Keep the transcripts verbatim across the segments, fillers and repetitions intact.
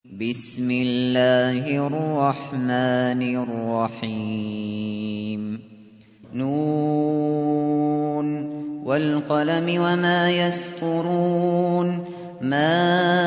بسم الله الرحمن الرحيم نون والقلم وما يسطرون ما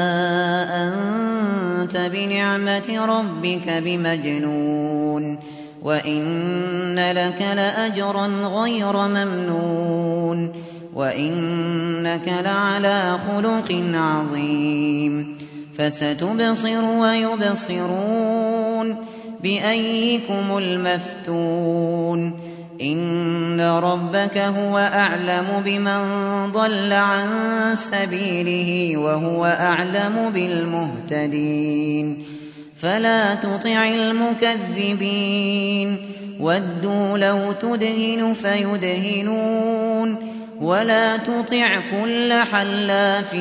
أنت بنعمة ربك بمجنون وإن لك لأجرا غير ممنون وإنك لعلى خلق عظيم فستبصر ويبصرون بأيكم المفتون إن ربك هو أعلم بمن ضل عن سبيله وهو أعلم بالمهتدين فلا تطع المكذبين ودوا لو تدهن فيدهنون ولا تطع كل حلاف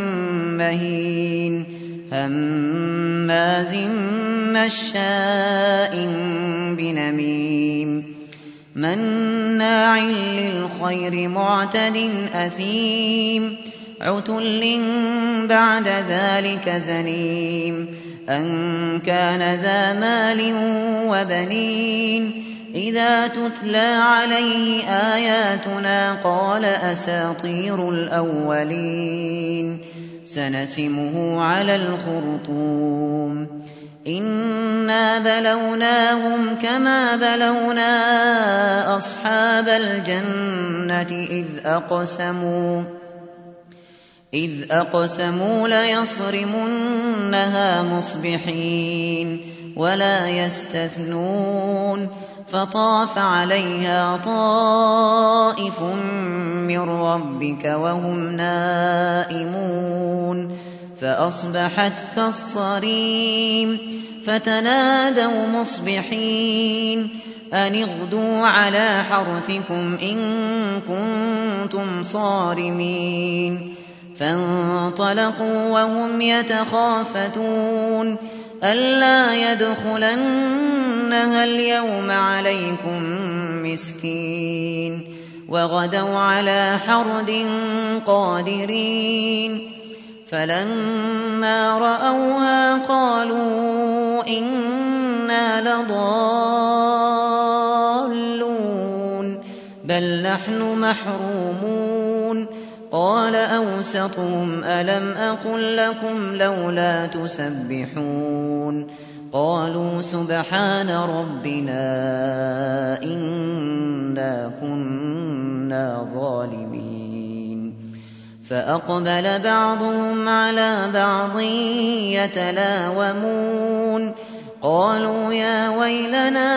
مهين هماز مشاء بنميم مناع للخير معتد أثيم عتل بعد ذلك زنيم أن كان ذا مال وبنين إذا تتلى عليه آياتنا قال أساطير الأولين سنسمه على الخرطوم إنا بلوناهم كما بلونا أصحاب الجنة إذ أقسموا إذ أقسموا ليصرمنها مصبحين ولا يستثنون فطاف عليها طائف من ربك وهم نائمون فأصبحت كالصريم فتنادوا مصبحين أن اغدوا على حرثكم إن كنتم صارمين فانطلقوا وهم يتخافتون ألا يدخلنها اليوم عليكم مسكين وغدوا على حرد قادرين فلما رأوها قالوا إنا لضالون بل نحن محرومون قال أوسطهم ألم أقل لكم لولا تسبحون قالوا سبحان ربنا إنا كنا ظالمين فأقبل بعضهم على بعض يتلاومون قالوا يا ويلنا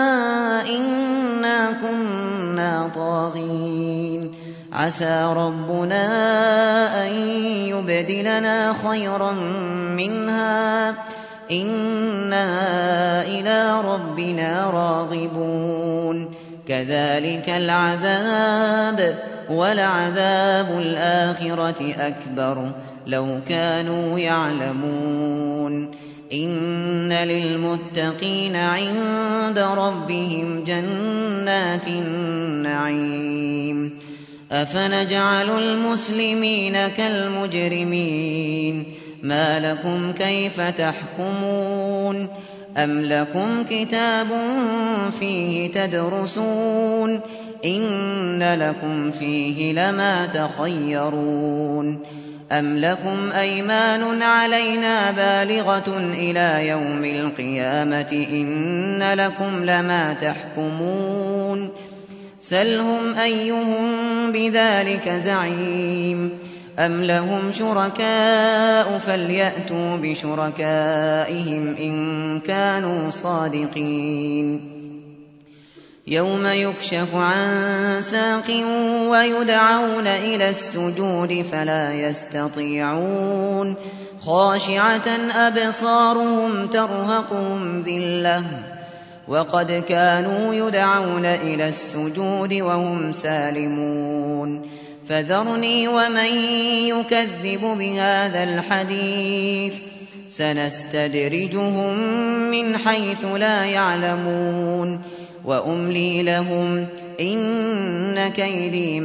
إنا كنا طاغين عسى ربنا أن يبدلنا خيرا منها إنا إلى ربنا راغبون كذلك العذاب ولعذاب الآخرة أكبر لو كانوا يعلمون إن للمتقين عند ربهم جنات النعيم أفنجعل المسلمين كالمجرمين ما لكم كيف تحكمون أم لكم كتاب فيه تدرسون إن لكم فيه لما تخيرون أم لكم أيمان علينا بالغة إلى يوم القيامة إن لكم لما تحكمون سلهم أيهم بذلك زعيم أم لهم شركاء فليأتوا بشركائهم إن كانوا صادقين يوم يكشف عن ساق ويدعون إلى السجود فلا يستطيعون خاشعة أبصارهم ترهقهم ذلة وقد كانوا يدعون إلى السجود وهم سالمون فذرني ومن يكذب بهذا الحديث سنستدرجهم من حيث لا يعلمون وأملي لهم إن كيدي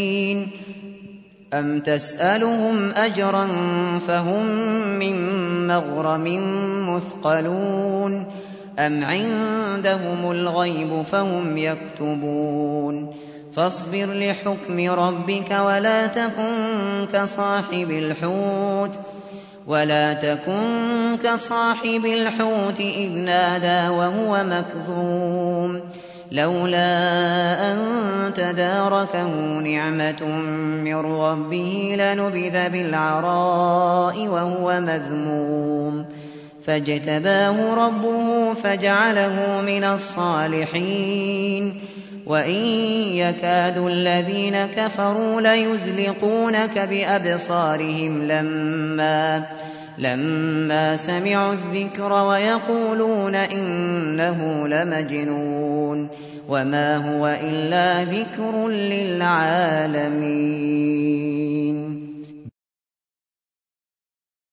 متين أم تسألهم أجرا فهم من مغرم مثقلون أم عندهم الغيب فهم يكتبون فاصبر لحكم ربك ولا تكن كصاحب الحوت ولا تكن كصاحب الحوت إذ نادى وهو مكظوم لولا أن تداركه نعمة من ربه لنبذ بالعراء وهو مذموم فاجتباه ربه فجعله من الصالحين وإن يكاد الذين كفروا ليزلقونك بأبصارهم لما لما سمعوا الذكر ويقولون إنه لمجنون وما هو إلا ذكر للعالمين.